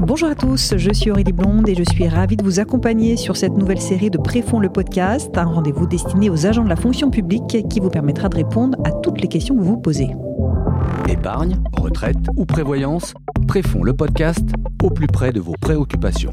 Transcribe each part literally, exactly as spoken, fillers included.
Bonjour à tous, je suis Aurélie Blonde et je suis ravie de vous accompagner sur cette nouvelle série de Préfonds le podcast, un rendez-vous destiné aux agents de la fonction publique qui vous permettra de répondre à toutes les questions que vous vous posez. Épargne, retraite ou prévoyance, Préfonds le podcast au plus près de vos préoccupations.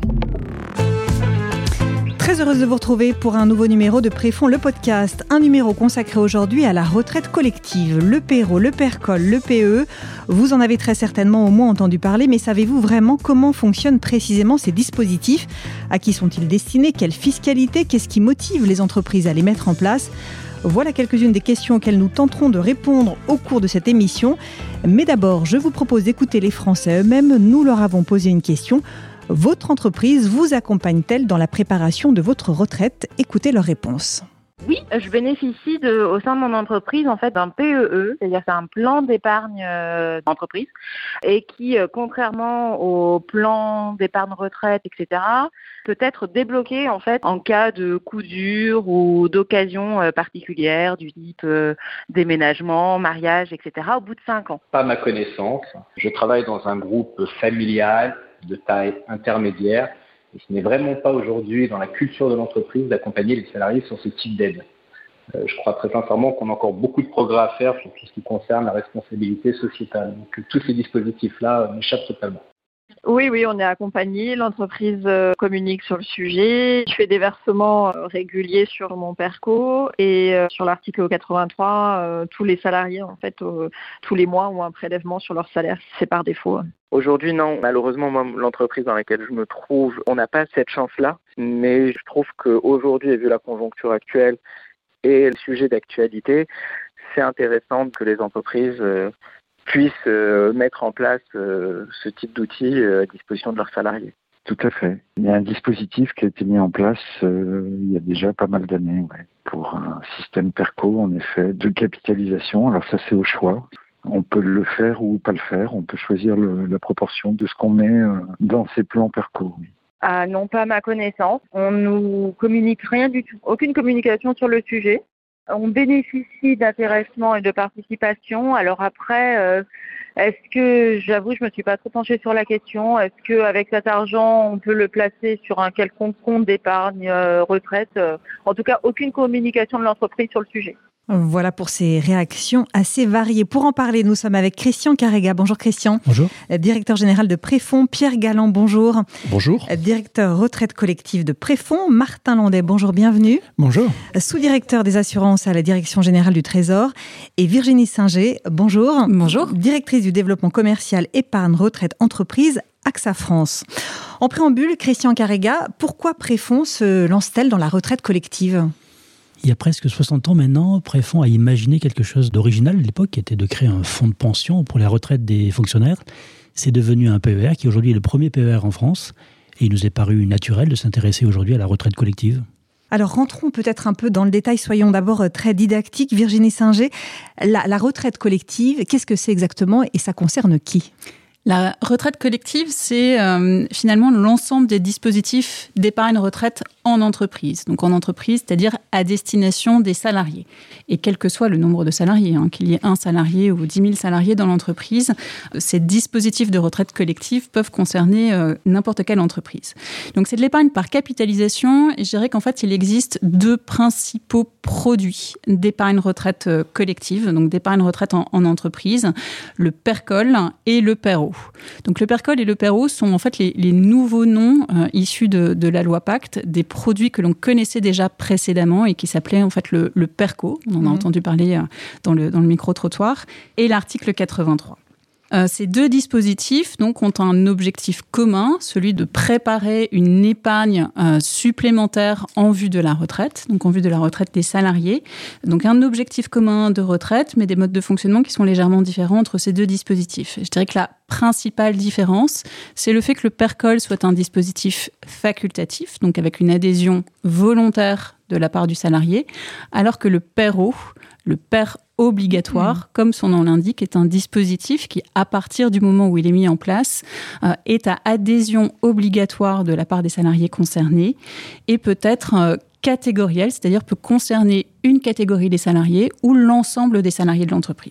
Très heureuse de vous retrouver pour un nouveau numéro de Préfonds le podcast. Un numéro consacré aujourd'hui à la retraite collective. Le Perro, le Percol, le P E. Vous en avez très certainement au moins entendu parler, mais savez-vous vraiment comment fonctionnent précisément ces dispositifs ? À qui sont-ils destinés ? Quelle fiscalité ? Qu'est-ce qui motive les entreprises à les mettre en place ? Voilà quelques-unes des questions auxquelles nous tenterons de répondre au cours de cette émission. Mais d'abord, je vous propose d'écouter les Français eux-mêmes. Nous leur avons posé une question. Votre entreprise vous accompagne-t-elle dans la préparation de votre retraite ? Écoutez leur réponse. Oui, je bénéficie de, au sein de mon entreprise en fait d'un P E E, c'est-à-dire c'est un plan d'épargne euh, d'entreprise et qui, euh, contrairement au plan d'épargne retraite, et cetera, peut être débloqué en fait en cas de coup dur ou d'occasion euh, particulière du type euh, déménagement, mariage, et cetera au bout de cinq ans. Pas à ma connaissance. Je travaille dans un groupe familial de taille intermédiaire. Et ce n'est vraiment pas aujourd'hui dans la culture de l'entreprise d'accompagner les salariés sur ce type d'aide. Euh, je crois très sincèrement qu'on a encore beaucoup de progrès à faire sur tout ce qui concerne la responsabilité sociétale. Donc tous ces dispositifs-là m'échappent totalement. Oui, oui, on est accompagné. L'entreprise euh, communique sur le sujet. Je fais des versements euh, réguliers sur mon Perco et euh, sur l'article quatre-vingt-trois, euh, tous les salariés, en fait, euh, tous les mois ont un prélèvement sur leur salaire. C'est par défaut. Aujourd'hui, non. Malheureusement, moi, l'entreprise dans laquelle je me trouve, on n'a pas cette chance-là. Mais je trouve qu'aujourd'hui, vu la conjoncture actuelle et le sujet d'actualité, c'est intéressant que les entreprises euh, puissent euh, mettre en place euh, ce type d'outils euh, à disposition de leurs salariés. Tout à fait. Il y a un dispositif qui a été mis en place euh, il y a déjà pas mal d'années, ouais, pour un système Perco, en effet, de capitalisation. Alors ça, c'est au choix. On peut le faire ou pas le faire. On peut choisir le, la proportion de ce qu'on met euh, dans ces plans Perco. Oui. Ah non, pas à ma connaissance. On nous communique rien du tout. Aucune communication sur le sujet. On bénéficie d'intéressement et de participation. Alors après, euh, est-ce que, j'avoue, je me suis pas trop penchée sur la question. Est-ce qu'avec cet argent, on peut le placer sur un quelconque compte d'épargne euh, retraite euh, En tout cas, aucune communication de l'entreprise sur le sujet. Voilà pour ces réactions assez variées. Pour en parler, nous sommes avec Christian Carrega. Bonjour Christian. Bonjour. Directeur général de Préfonds. Pierre Galland, bonjour. Bonjour. Directeur retraite collective de Préfonds. Martin Landais, bonjour, bienvenue. Bonjour. Sous-directeur des assurances à la Direction générale du Trésor. Et Virginie Singer, bonjour. Bonjour. Directrice du développement commercial épargne retraite entreprise, A X A France. En préambule, Christian Carrega, pourquoi Préfonds se lance-t-elle dans la retraite collective ? Il y a presque soixante ans maintenant, Préfonds a imaginé quelque chose d'original à l'époque, qui était de créer un fonds de pension pour la retraite des fonctionnaires. C'est devenu un P E R, qui aujourd'hui est le premier P E R en France. Et il nous est paru naturel de s'intéresser aujourd'hui à la retraite collective. Alors rentrons peut-être un peu dans le détail, soyons d'abord très didactiques. Virginie Singer, la, la retraite collective, qu'est-ce que c'est exactement et ça concerne qui ? La retraite collective, c'est euh, finalement l'ensemble des dispositifs d'épargne retraite en entreprise. Donc en entreprise, c'est-à-dire à destination des salariés. Et quel que soit le nombre de salariés, hein, qu'il y ait un salarié ou dix mille salariés dans l'entreprise, ces dispositifs de retraite collective peuvent concerner euh, n'importe quelle entreprise. Donc c'est de l'épargne par capitalisation. Et je dirais qu'en fait, il existe deux principaux produits d'épargne retraite collective, donc d'épargne retraite en, en entreprise, le Percol et le Perro. Donc le Percol et le Perro sont en fait les, les nouveaux noms euh, issus de, de la loi Pacte, des produits que l'on connaissait déjà précédemment et qui s'appelaient en fait le, le Perco, on en a mmh. entendu parler euh, dans le, dans le micro-trottoir, et l'article quatre-vingt-trois. Euh, ces deux dispositifs donc, ont un objectif commun, celui de préparer une épargne euh, supplémentaire en vue de la retraite, donc en vue de la retraite des salariés. Donc un objectif commun de retraite, mais des modes de fonctionnement qui sont légèrement différents entre ces deux dispositifs. Je dirais que la principale différence, c'est le fait que le Percol soit un dispositif facultatif, donc avec une adhésion volontaire de la part du salarié, alors que le Perro, le PER obligatoire, mmh. comme son nom l'indique, est un dispositif qui, à partir du moment où il est mis en place, euh, est à adhésion obligatoire de la part des salariés concernés et peut être euh, catégoriel, c'est-à-dire peut concerner une catégorie des salariés ou l'ensemble des salariés de l'entreprise.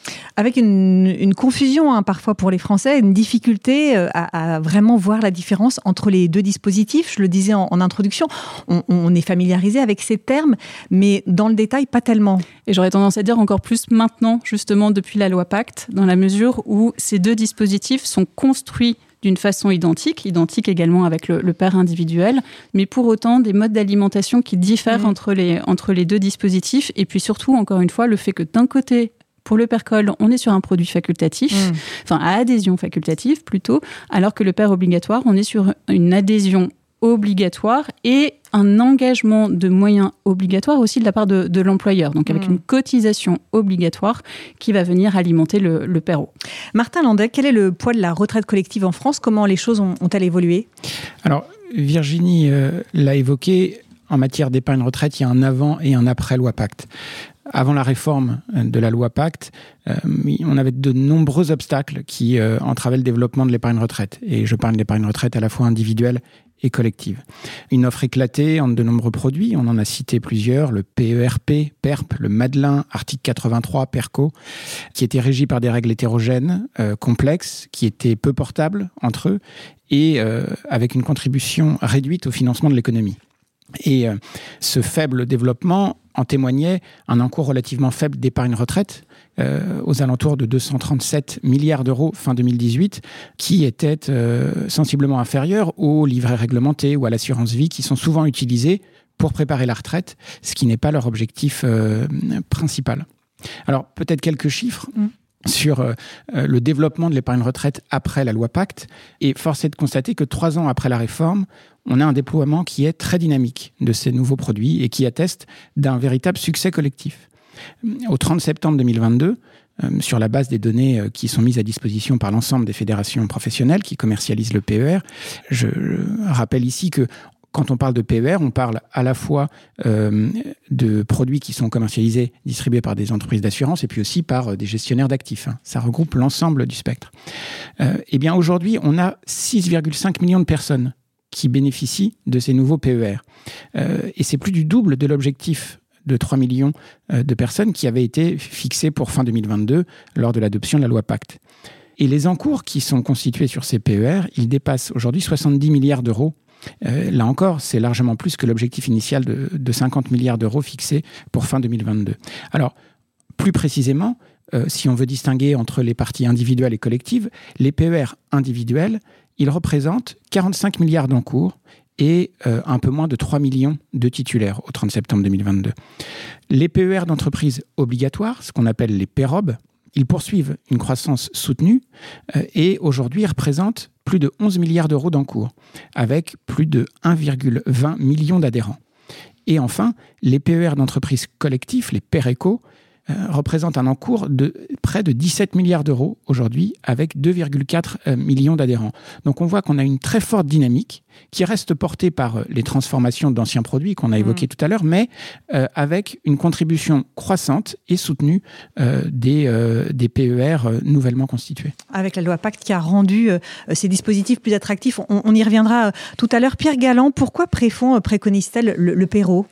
Avec une, une confusion hein, parfois pour les Français, une difficulté à, à vraiment voir la différence entre les deux dispositifs. Je le disais en, en introduction, on, on est familiarisé avec ces termes, mais dans le détail, pas tellement. Et j'aurais tendance à dire encore plus maintenant, justement depuis la loi Pacte, dans la mesure où ces deux dispositifs sont construits d'une façon identique, identique également avec le, le P E R individuel, mais pour autant des modes d'alimentation qui diffèrent mmh. entre, les, entre les deux dispositifs. Et puis surtout, encore une fois, le fait que d'un côté, pour le PERCOL, on est sur un produit facultatif, mmh. enfin à adhésion facultative plutôt, alors que le P E R obligatoire, on est sur une adhésion obligatoire et un engagement de moyens obligatoires aussi de la part de, de l'employeur, donc avec mmh. une cotisation obligatoire qui va venir alimenter le, le P E R O. Martin Landais, quel est le poids de la retraite collective en France ? Comment les choses ont, ont-elles évolué ? Alors, Virginie euh, l'a évoqué, en matière d'épargne retraite, il y a un avant et un après loi Pacte. Avant la réforme de la loi Pacte, euh, on avait de nombreux obstacles qui euh, entravaient le développement de l'épargne retraite. Et je parle d'épargne retraite à la fois individuelle et collective. Une offre éclatée entre de nombreux produits, on en a cité plusieurs, le P E R P, P E R P, le Madelin, article quatre-vingt-trois, PERCO, qui étaient régis par des règles hétérogènes, euh, complexes, qui étaient peu portables entre eux, et euh, avec une contribution réduite au financement de l'économie. Et euh, ce faible développement en témoignait un encours relativement faible d'épargne retraite, euh, aux alentours de deux cent trente-sept milliards d'euros fin deux mille dix-huit, qui était euh, sensiblement inférieur aux livrets réglementés ou à l'assurance vie, qui sont souvent utilisés pour préparer la retraite, ce qui n'est pas leur objectif euh, principal. Alors, peut-être quelques chiffres mmh. sur euh, le développement de l'épargne retraite après la loi Pacte. Et force est de constater que trois ans après la réforme, on a un déploiement qui est très dynamique de ces nouveaux produits et qui atteste d'un véritable succès collectif. Au trente septembre deux mille vingt-deux, euh, sur la base des données euh, qui sont mises à disposition par l'ensemble des fédérations professionnelles qui commercialisent le P E R, je, je rappelle ici que quand on parle de P E R, on parle à la fois euh, de produits qui sont commercialisés, distribués par des entreprises d'assurance et puis aussi par euh, des gestionnaires d'actifs. Hein. Ça regroupe l'ensemble du spectre. Euh, eh bien, aujourd'hui, on a six virgule cinq millions de personnes qui bénéficient de ces nouveaux P E R. Euh, et c'est plus du double de l'objectif de trois millions euh, de personnes qui avait été fixé pour fin deux mille vingt-deux lors de l'adoption de la loi Pacte. Et les encours qui sont constitués sur ces P E R, ils dépassent aujourd'hui soixante-dix milliards d'euros. Euh, là encore, c'est largement plus que l'objectif initial de, de cinquante milliards d'euros fixé pour fin deux mille vingt-deux. Alors, plus précisément, euh, si on veut distinguer entre les parties individuelles et collectives, les P E R individuels, ils représentent quarante-cinq milliards d'encours et euh, un peu moins de trois millions de titulaires au trente septembre deux mille vingt-deux. Les P E R d'entreprise obligatoires, ce qu'on appelle les P E R O B, ils poursuivent une croissance soutenue euh, et aujourd'hui représentent plus de onze milliards d'euros d'encours, avec plus de un virgule vingt millions d'adhérents. Et enfin, les P E R d'entreprise collectives, les PERECO, euh, représentent un encours de près de dix-sept milliards d'euros aujourd'hui, avec deux virgule quatre millions d'adhérents. Donc on voit qu'on a une très forte dynamique qui reste portée par les transformations d'anciens produits qu'on a évoqués mmh. tout à l'heure, mais euh, avec une contribution croissante et soutenue euh, des, euh, des P E R euh, nouvellement constitués. Avec la loi Pacte qui a rendu euh, ces dispositifs plus attractifs, on, on y reviendra euh, tout à l'heure. Pierre Galland, pourquoi Préfonds euh, préconise-t-elle le, le P E R O ?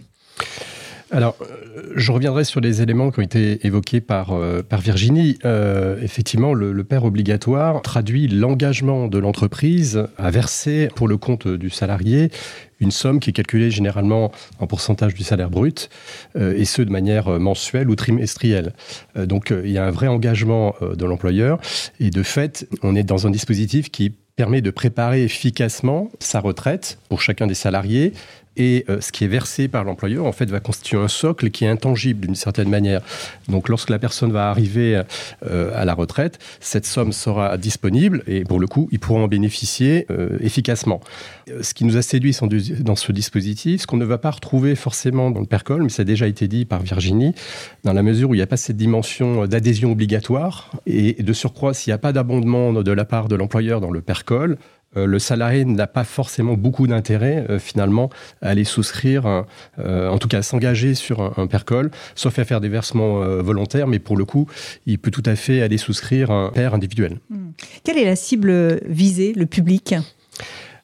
Alors, je reviendrai sur les éléments qui ont été évoqués par, euh, par Virginie. Euh, effectivement, le, le P E R obligatoire traduit l'engagement de l'entreprise à verser pour le compte du salarié une somme qui est calculée généralement en pourcentage du salaire brut, euh, et ce de manière mensuelle ou trimestrielle. Euh, donc, euh, il y a un vrai engagement euh, de l'employeur, et de fait, on est dans un dispositif qui permet de préparer efficacement sa retraite pour chacun des salariés. Et euh, ce qui est versé par l'employeur, en fait, va constituer un socle qui est intangible d'une certaine manière. Donc, lorsque la personne va arriver euh, à la retraite, cette somme sera disponible et, pour le coup, il pourra en bénéficier euh, efficacement. Ce qui nous a séduit dans ce dispositif, ce qu'on ne va pas retrouver forcément dans le PERCOL, mais ça a déjà été dit par Virginie, dans la mesure où il n'y a pas cette dimension d'adhésion obligatoire. Et de surcroît, s'il n'y a pas d'abondement de la part de l'employeur dans le PERCOL, Euh, le salarié n'a pas forcément beaucoup d'intérêt, euh, finalement, à aller souscrire, euh, en tout cas à s'engager sur un, un PERCOL, sauf à faire des versements euh, volontaires, mais pour le coup, il peut tout à fait aller souscrire un P E R individuel. Mmh. Quelle est la cible visée, le public ?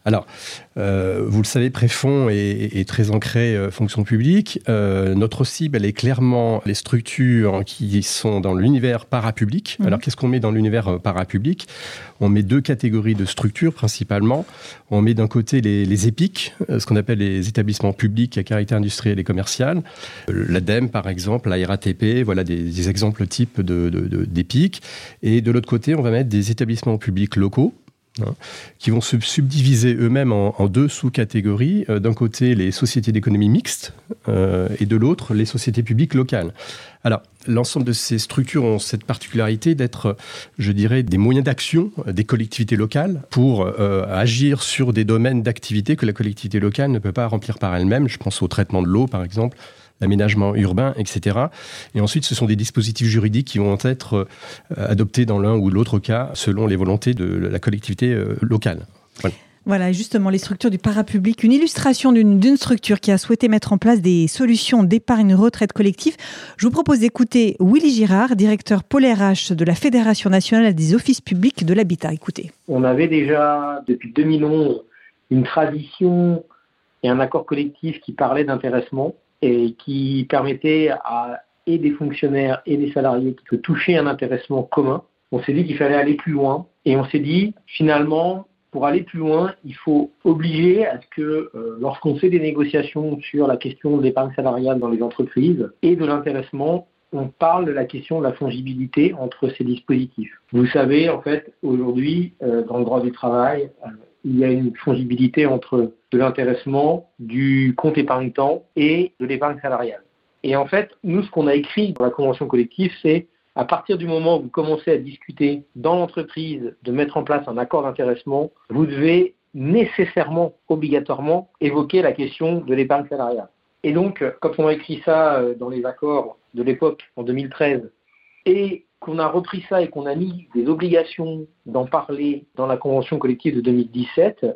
Alors, euh, vous le savez, Préfonds est, est très ancré euh, fonction publique. Euh, notre cible, elle est clairement les structures qui sont dans l'univers parapublic. Mmh. Alors, qu'est-ce qu'on met dans l'univers euh, parapublic ? On met deux catégories de structures, principalement. On met d'un côté les, les EPIC, euh, ce qu'on appelle les établissements publics à caractère industriel et commercial. Euh, L'A D E M, par exemple, la R A T P, voilà des, des exemples types de, de, de, d'EPIC. Et de l'autre côté, on va mettre des établissements publics locaux, Hein, qui vont se subdiviser eux-mêmes en, en deux sous-catégories. Euh, d'un côté, les sociétés d'économie mixte euh, et de l'autre, les sociétés publiques locales. Alors, l'ensemble de ces structures ont cette particularité d'être, je dirais, des moyens d'action des collectivités locales pour euh, agir sur des domaines d'activité que la collectivité locale ne peut pas remplir par elle-même. Je pense au traitement de l'eau, par exemple, l'aménagement urbain, et cetera. Et ensuite, ce sont des dispositifs juridiques qui vont être euh, adoptés dans l'un ou l'autre cas selon les volontés de la collectivité euh, locale. Voilà. Voilà, justement, les structures du parapublic, une illustration d'une, d'une structure qui a souhaité mettre en place des solutions d'épargne retraite collective. Je vous propose d'écouter Willy Girard, directeur pôle R H de la Fédération nationale des offices publics de l'habitat. Écoutez. On avait déjà, depuis deux mille onze, une tradition et un accord collectif qui parlait d'intéressement et qui permettait à et des fonctionnaires et des salariés de toucher un intéressement commun. On s'est dit qu'il fallait aller plus loin et on s'est dit finalement, pour aller plus loin, il faut obliger à ce que euh, lorsqu'on fait des négociations sur la question de l'épargne salariale dans les entreprises et de l'intéressement, on parle de la question de la fongibilité entre ces dispositifs. Vous savez, en fait, aujourd'hui, euh, dans le droit du travail, euh, il y a une fongibilité entre de l'intéressement, du compte épargne-temps et de l'épargne salariale. Et en fait, nous, ce qu'on a écrit dans la convention collective, c'est à partir du moment où vous commencez à discuter dans l'entreprise de mettre en place un accord d'intéressement, vous devez nécessairement, obligatoirement, évoquer la question de l'épargne salariale. Et donc, quand on a écrit ça dans les accords de l'époque, en deux mille treize, et qu'on a repris ça et qu'on a mis des obligations d'en parler dans la convention collective de deux mille dix-sept,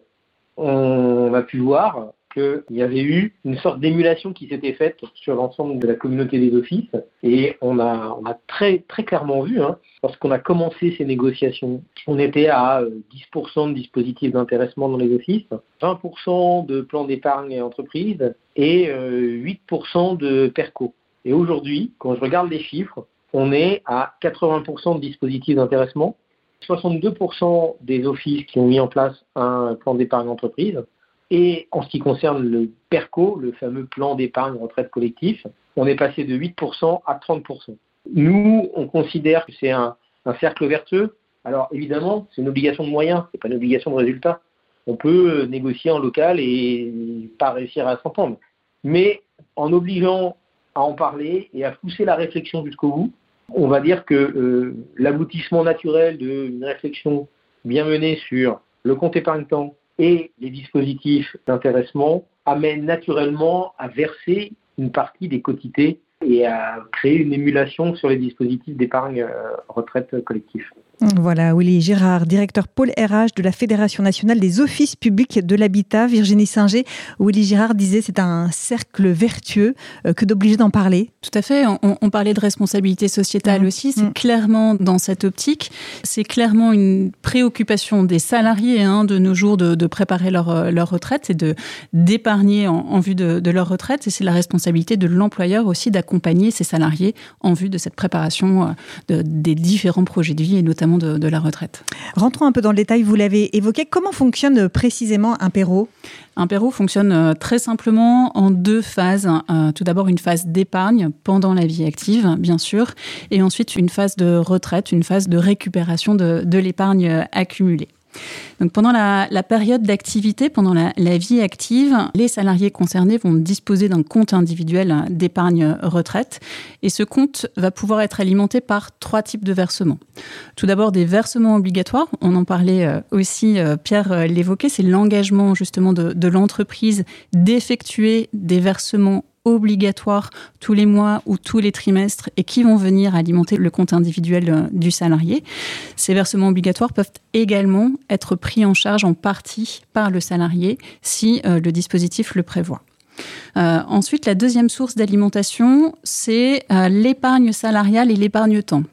on a pu voir qu'il y avait eu une sorte d'émulation qui s'était faite sur l'ensemble de la communauté des offices. Et on a, on a très, très clairement vu, hein, lorsqu'on a commencé ces négociations, on était à dix pour cent de dispositifs d'intéressement dans les offices, vingt pour cent de plans d'épargne et entreprise et huit pour cent de PERCO. Et aujourd'hui, quand je regarde les chiffres, on est à quatre-vingts pour cent de dispositifs d'intéressement, soixante-deux pour cent des offices qui ont mis en place un plan d'épargne entreprise. Et en ce qui concerne le PERCO, le fameux plan d'épargne retraite collectif, on est passé de huit pour cent à trente pour cent. Nous, on considère que c'est un, un cercle vertueux. Alors évidemment, c'est une obligation de moyens, c'est pas une obligation de résultat. On peut négocier en local et pas réussir à s'entendre. Mais en obligeant à en parler et à pousser la réflexion jusqu'au bout, on va dire que euh, l'aboutissement naturel d'une réflexion bien menée sur le compte épargne-temps et les dispositifs d'intéressement amène naturellement à verser une partie des quotités et à créer une émulation sur les dispositifs d'épargne euh, retraite collectif. Voilà, Willy Girard, directeur pôle R H de la Fédération nationale des offices publics de l'habitat. Virginie Singer, Willy Girard disait c'est un cercle vertueux euh, que d'obliger d'en parler. Tout à fait, on, on parlait de responsabilité sociétale mmh. aussi, c'est mmh. clairement dans cette optique, c'est clairement une préoccupation des salariés hein, de nos jours de, de préparer leur, leur retraite et de, d'épargner en, en vue de, de leur retraite, et c'est la responsabilité de l'employeur aussi d'accompagner ses salariés en vue de cette préparation euh, de, des différents projets de vie et notamment De, de la retraite. Rentrons un peu dans le détail, vous l'avez évoqué. Comment fonctionne précisément un P E R O ? Un P E R O fonctionne très simplement en deux phases. Euh, tout d'abord, une phase d'épargne pendant la vie active, bien sûr, et ensuite une phase de retraite, une phase de récupération de, de l'épargne accumulée. Donc pendant la, la période d'activité, pendant la, la vie active, les salariés concernés vont disposer d'un compte individuel d'épargne retraite et ce compte va pouvoir être alimenté par trois types de versements. Tout d'abord des versements obligatoires, on en parlait aussi, Pierre l'évoquait, c'est l'engagement justement de, de l'entreprise d'effectuer des versements obligatoires tous les mois ou tous les trimestres et qui vont venir alimenter le compte individuel du salarié. Ces versements obligatoires peuvent également être pris en charge en partie par le salarié si euh, le dispositif le prévoit. Euh, ensuite, la deuxième source d'alimentation, c'est euh, l'épargne salariale et l'épargne-temps.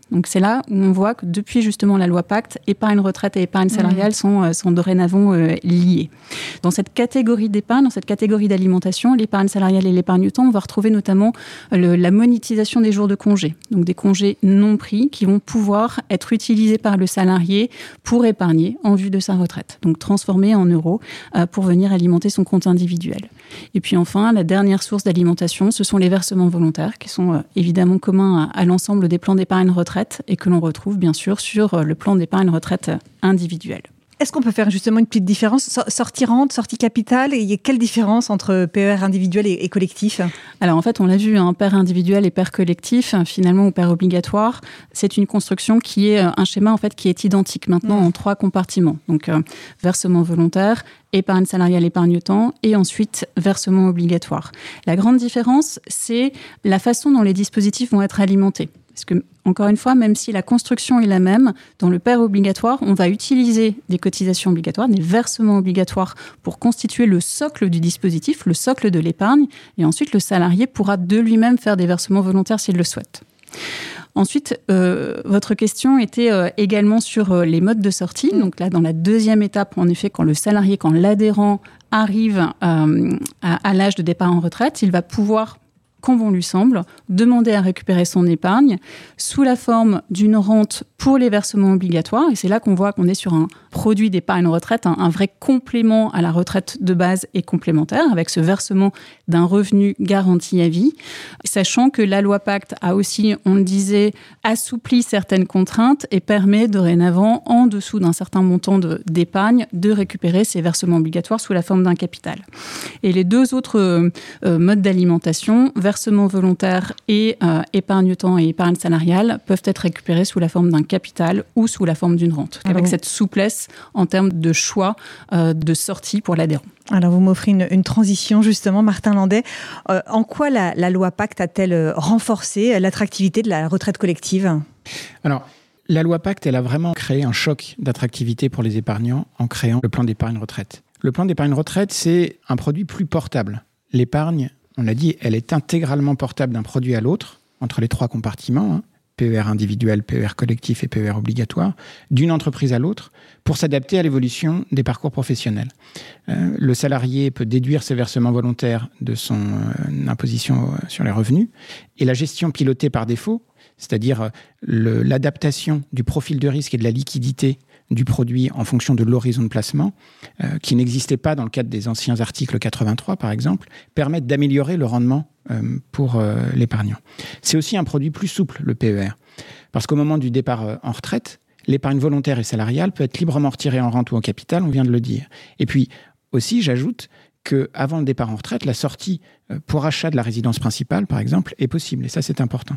Donc c'est là où on voit que depuis justement la loi Pacte, épargne retraite et épargne salariale mmh. sont, sont dorénavant euh, liées. Dans cette catégorie d'épargne, dans cette catégorie d'alimentation, l'épargne salariale et l'épargne-temps, on va retrouver notamment le, la monétisation des jours de congé. Donc des congés non pris qui vont pouvoir être utilisés par le salarié pour épargner en vue de sa retraite. Donc transformés en euros euh, pour venir alimenter son compte individuel. Et puis enfin, la dernière source d'alimentation, ce sont les versements volontaires qui sont euh, évidemment communs à, à l'ensemble des plans d'épargne retraite et que l'on retrouve bien sûr sur euh, le plan d'épargne retraite individuel. Est-ce qu'on peut faire justement une petite différence, sortie rente, sortie capitale, et quelle différence entre P E R individuel et, et collectif ? Alors en fait, on l'a vu, hein, P E R individuel et P E R collectif, finalement, ou P E R obligatoire, c'est une construction qui est un schéma en fait qui est identique maintenant mmh. en trois compartiments. Donc euh, versement volontaire, épargne salariale, épargne-temps, et ensuite versement obligatoire. La grande différence, c'est la façon dont les dispositifs vont être alimentés. Parce que, encore une fois, même si la construction est la même, dans le P E R obligatoire, on va utiliser des cotisations obligatoires, des versements obligatoires pour constituer le socle du dispositif, le socle de l'épargne, et ensuite le salarié pourra de lui-même faire des versements volontaires s'il le souhaite. Ensuite, euh, votre question était euh, également sur euh, les modes de sortie. Donc là, dans la deuxième étape, en effet, quand le salarié, quand l'adhérent arrive euh, à, à l'âge de départ en retraite, il va pouvoir, quand bon lui semble, demander à récupérer son épargne sous la forme d'une rente pour les versements obligatoires. Et c'est là qu'on voit qu'on est sur un produit d'épargne retraite, un, un vrai complément à la retraite de base et complémentaire, avec ce versement d'un revenu garanti à vie, sachant que la loi Pacte a aussi, on le disait, assoupli certaines contraintes et permet dorénavant, en dessous d'un certain montant de, d'épargne, de récupérer ces versements obligatoires sous la forme d'un capital. Et les deux autres euh, modes d'alimentation, versement volontaire et euh, épargne-temps et épargne salariale, peuvent être récupérés sous la forme d'un capital ou sous la forme d'une rente, avec Alors, cette souplesse en termes de choix euh, de sortie pour l'adhérent. Alors vous m'offrez une, une transition justement, Martin Landais. Euh, en quoi la, la loi Pacte a-t-elle renforcé l'attractivité de la retraite collective ? Alors, la loi Pacte, elle a vraiment créé un choc d'attractivité pour les épargnants en créant le plan d'épargne retraite. Le plan d'épargne retraite, c'est un produit plus portable. L'épargne, on l'a dit, elle est intégralement portable d'un produit à l'autre, entre les trois compartiments, hein, P E R individuel, P E R collectif et P E R obligatoire, d'une entreprise à l'autre, pour s'adapter à l'évolution des parcours professionnels. Euh, le salarié peut déduire ses versements volontaires de son euh, imposition sur les revenus, et la gestion pilotée par défaut, c'est-à-dire le, l'adaptation du profil de risque et de la liquidité du produit en fonction de l'horizon de placement, euh, qui n'existait pas dans le cadre des anciens articles quatre-vingt-trois, par exemple, permettent d'améliorer le rendement euh, pour euh, l'épargnant. C'est aussi un produit plus souple, le P E R, parce qu'au moment du départ euh, en retraite, l'épargne volontaire et salariale peut être librement retirée en rente ou en capital, on vient de le dire. Et puis aussi, j'ajoute qu'avant le départ en retraite, la sortie euh, pour achat de la résidence principale, par exemple, est possible, et ça, c'est important.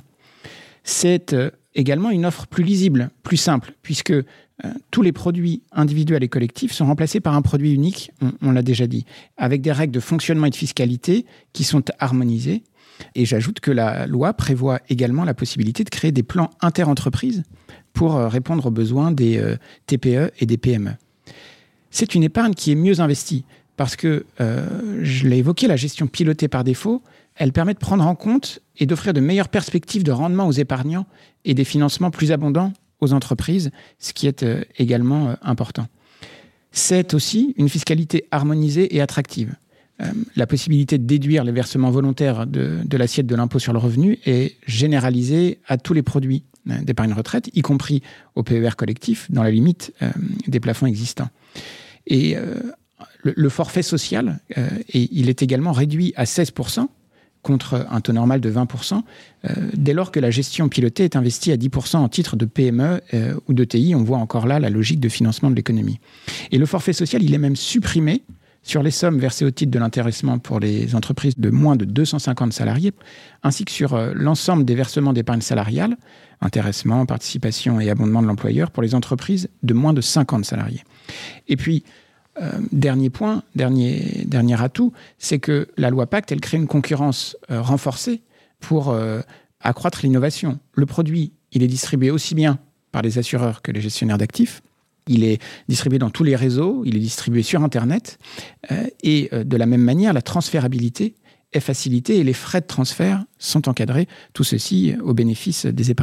C'est euh, également une offre plus lisible, plus simple, puisque euh, tous les produits individuels et collectifs sont remplacés par un produit unique, on, on l'a déjà dit, avec des règles de fonctionnement et de fiscalité qui sont harmonisées. Et j'ajoute que la loi prévoit également la possibilité de créer des plans interentreprises pour euh, répondre aux besoins des euh, T P E et des P M E. C'est une épargne qui est mieux investie, parce que, euh, je l'ai évoqué, la gestion pilotée par défaut, elle permet de prendre en compte et d'offrir de meilleures perspectives de rendement aux épargnants et des financements plus abondants aux entreprises, ce qui est euh, également euh, important. C'est aussi une fiscalité harmonisée et attractive. Euh, la possibilité de déduire les versements volontaires de, de l'assiette de l'impôt sur le revenu est généralisée à tous les produits euh, d'épargne retraite, y compris au P E R collectif, dans la limite euh, des plafonds existants. Et euh, le, le forfait social, euh, et il est également réduit à seize pour cent, contre un taux normal de vingt pour cent, euh, dès lors que la gestion pilotée est investie à dix pour cent en titre de P M E euh, ou d'E T I. On voit encore là la logique de financement de l'économie. Et le forfait social, il est même supprimé sur les sommes versées au titre de l'intéressement pour les entreprises de moins de deux cent cinquante salariés, ainsi que sur euh, l'ensemble des versements d'épargne salariale, intéressement, participation et abondement de l'employeur pour les entreprises de moins de cinquante salariés. Et puis, Euh, dernier point, dernier, dernier atout, c'est que la loi Pacte, elle crée une concurrence euh, renforcée pour euh, accroître l'innovation. Le produit, il est distribué aussi bien par les assureurs que les gestionnaires d'actifs. Il est distribué dans tous les réseaux, il est distribué sur Internet. Euh, et euh, de la même manière, la transférabilité est facilitée et les frais de transfert sont encadrés. Tout ceci au bénéfice des épargnants.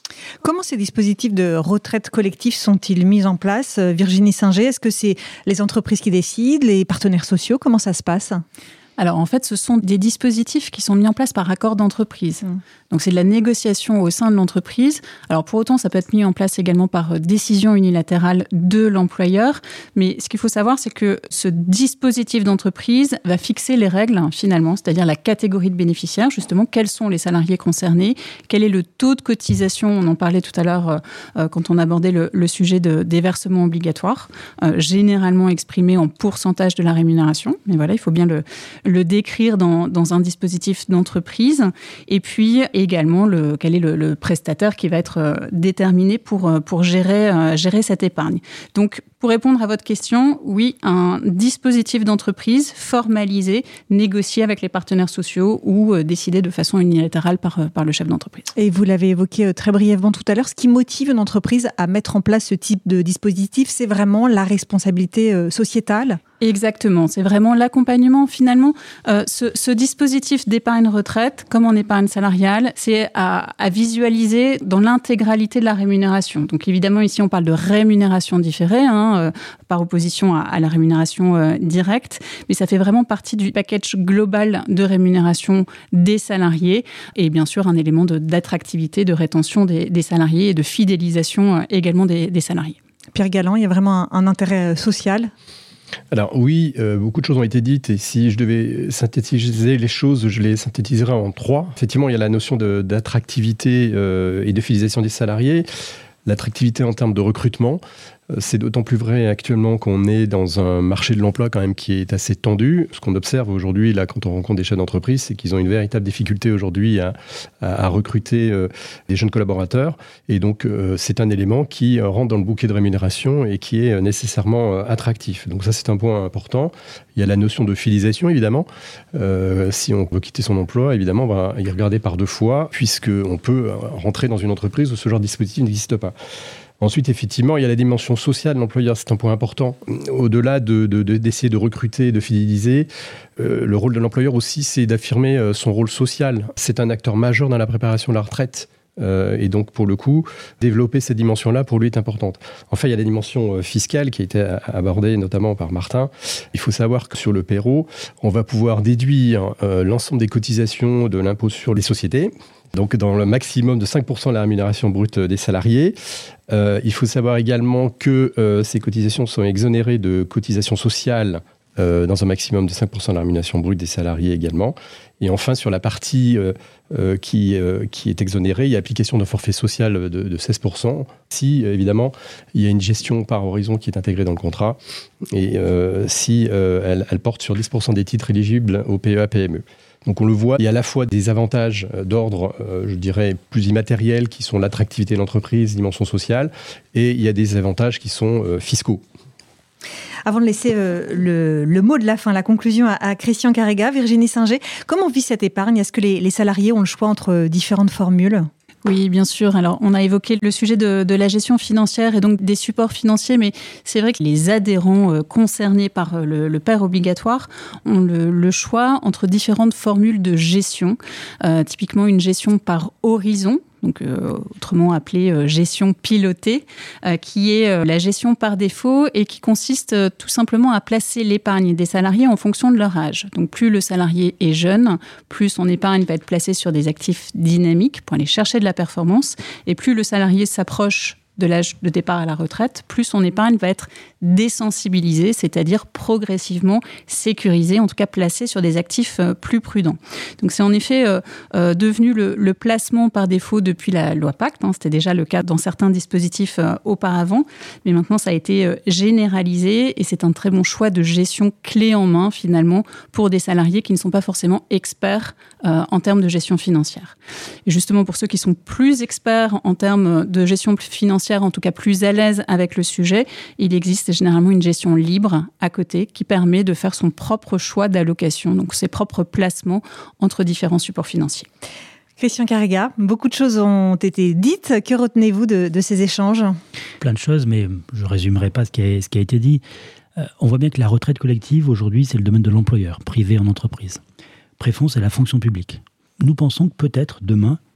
Comment ces dispositifs de retraite collective sont-ils mis en place? Virginie Singer, est-ce que c'est les entreprises qui décident, les partenaires sociaux? Comment ça se passe? Alors en fait, ce sont des dispositifs qui sont mis en place par accord d'entreprise. Mmh. Donc c'est de la négociation au sein de l'entreprise. Alors pour autant, ça peut être mis en place également par décision unilatérale de l'employeur. Mais ce qu'il faut savoir, c'est que ce dispositif d'entreprise va fixer les règles finalement, c'est-à-dire la catégorie de bénéficiaires, justement, quels sont les salariés concernés, quel est le taux de cotisation, on en parlait tout à l'heure euh, quand on abordait le, le sujet de, des versements obligatoires, euh, généralement exprimé en pourcentage de la rémunération. Mais voilà, il faut bien le le décrire dans, dans un dispositif d'entreprise, et puis également le, quel est le, le prestataire qui va être euh, déterminé pour, pour gérer, euh, gérer cette épargne. Donc, pour répondre à votre question, oui, un dispositif d'entreprise formalisé, négocié avec les partenaires sociaux ou euh, décidé de façon unilatérale par, euh, par le chef d'entreprise. Et vous l'avez évoqué euh, très brièvement tout à l'heure, ce qui motive une entreprise à mettre en place ce type de dispositif, c'est vraiment la responsabilité euh, sociétale? Exactement, c'est vraiment l'accompagnement. Finalement, euh, ce, ce dispositif d'épargne retraite, comme en épargne salariale, c'est à, à visualiser dans l'intégralité de la rémunération. Donc évidemment, ici, on parle de rémunération différée, hein, euh, par opposition à, à la rémunération euh, directe, mais ça fait vraiment partie du package global de rémunération des salariés et bien sûr un élément de, d'attractivité, de rétention des, des salariés et de fidélisation euh, également des, des salariés. Pierre Galland, il y a vraiment un, un intérêt social ? Alors oui, euh, beaucoup de choses ont été dites et si je devais synthétiser les choses, je les synthétiserais en trois. Effectivement, il y a la notion de, d'attractivité euh, et de fidélisation des salariés. L'attractivité en termes de recrutement, c'est d'autant plus vrai actuellement qu'on est dans un marché de l'emploi quand même qui est assez tendu. Ce qu'on observe aujourd'hui, là, quand on rencontre des chefs d'entreprise, c'est qu'ils ont une véritable difficulté aujourd'hui à, à, à recruter euh, des jeunes collaborateurs. Et donc, euh, c'est un élément qui rentre dans le bouquet de rémunération et qui est nécessairement euh, attractif. Donc ça, c'est un point important. Il y a la notion de fidélisation, évidemment. Euh, si on veut quitter son emploi, évidemment, on va y regarder par deux fois, puisqu'on peut rentrer dans une entreprise où ce genre de dispositif n'existe pas. Ensuite, effectivement, il y a la dimension sociale de l'employeur, c'est un point important. Au-delà de, de, de, d'essayer de recruter, de fidéliser, euh, le rôle de l'employeur aussi, c'est d'affirmer euh, son rôle social. C'est un acteur majeur dans la préparation de la retraite. Euh, et donc, pour le coup, développer cette dimension-là, pour lui, est importante. Enfin, il y a la dimension euh, fiscale qui a été abordée notamment par Martin. Il faut savoir que sur le P R O, on va pouvoir déduire euh, l'ensemble des cotisations de l'impôt sur les sociétés, donc dans le maximum de cinq pour cent de la rémunération brute des salariés. Euh, il faut savoir également que euh, ces cotisations sont exonérées de cotisations sociales euh, dans un maximum de cinq pour cent de la rémunération brute des salariés également. Et enfin, sur la partie euh, euh, qui, euh, qui est exonérée, il y a application d'un forfait social de, de seize pour cent. Si, évidemment, il y a une gestion par horizon qui est intégrée dans le contrat et euh, si euh, elle, elle porte sur dix pour cent des titres éligibles au P E A P M E. Donc on le voit, il y a à la fois des avantages d'ordre, euh, je dirais, plus immatériels, qui sont l'attractivité de l'entreprise, dimension sociale, et il y a des avantages qui sont euh, fiscaux. Avant de laisser euh, le, le mot de la fin, la conclusion à, à Christian Carrega, Virginie Singer, comment vit cette épargne ? Est-ce que les, les salariés ont le choix entre différentes formules ? Oui, bien sûr. Alors, on a évoqué le sujet de, de la gestion financière et donc des supports financiers, mais c'est vrai que les adhérents euh, concernés par euh, le, le P E R obligatoire ont le, le choix entre différentes formules de gestion. Euh, typiquement, une gestion par horizon, donc euh, autrement appelée euh, gestion pilotée, euh, qui est euh, la gestion par défaut et qui consiste euh, tout simplement à placer l'épargne des salariés en fonction de leur âge. Donc plus le salarié est jeune, plus son épargne va être placée sur des actifs dynamiques pour aller chercher de la performance, et plus le salarié s'approche de l'âge de départ à la retraite, plus son épargne va être désensibilisée, c'est-à-dire progressivement sécurisée, en tout cas placée sur des actifs plus prudents. Donc c'est en effet euh, euh, devenu le, le placement par défaut depuis la loi Pacte, hein, c'était déjà le cas dans certains dispositifs euh, auparavant, mais maintenant ça a été euh, généralisé et c'est un très bon choix de gestion clé en main finalement pour des salariés qui ne sont pas forcément experts euh, en termes de gestion financière. Et justement pour ceux qui sont plus experts en termes de gestion financière, en tout cas plus à l'aise avec le sujet, il existe généralement une gestion libre à côté qui permet de faire son propre choix d'allocation, donc ses propres placements entre différents supports financiers. Christian Carrega, beaucoup de choses ont été dites. Que retenez-vous de, de ces échanges ? Plein de choses, mais je ne résumerai pas ce qui a, ce qui a été dit. Euh, on voit bien que la retraite collective, aujourd'hui, c'est le domaine de l'employeur, privé en entreprise. Préfonds, c'est la fonction publique. Nous pensons que peut-être, demain,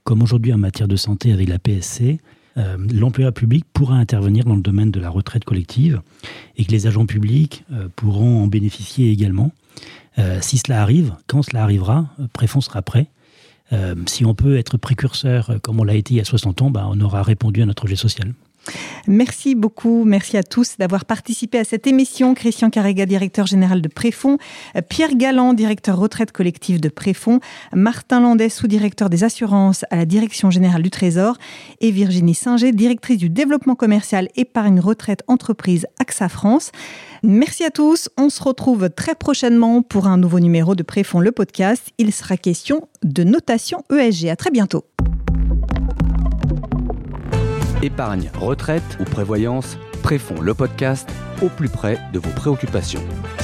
comme aujourd'hui en matière de santé avec la P S C, euh, l'employeur public pourra intervenir dans le domaine de la retraite collective et que les agents publics euh, pourront en bénéficier également. Euh, si cela arrive, quand cela arrivera, Préfond sera prêt. Euh, si on peut être précurseur comme on l'a été il y a soixante ans, bah, on aura répondu à notre projet social. Merci beaucoup, merci à tous d'avoir participé à cette émission. Christian Carrega, directeur général de Préfond, Pierre Galland, directeur retraite collective de Préfond, Martin Landais, sous-directeur des assurances à la direction générale du Trésor et Virginie Singer, directrice du développement commercial épargne retraite entreprise A X A France. Merci à tous, on se retrouve très prochainement pour un nouveau numéro de Préfond le podcast. Il sera question de notation E S G. À très bientôt. Épargne, retraite ou prévoyance, Préfond le podcast au plus près de vos préoccupations.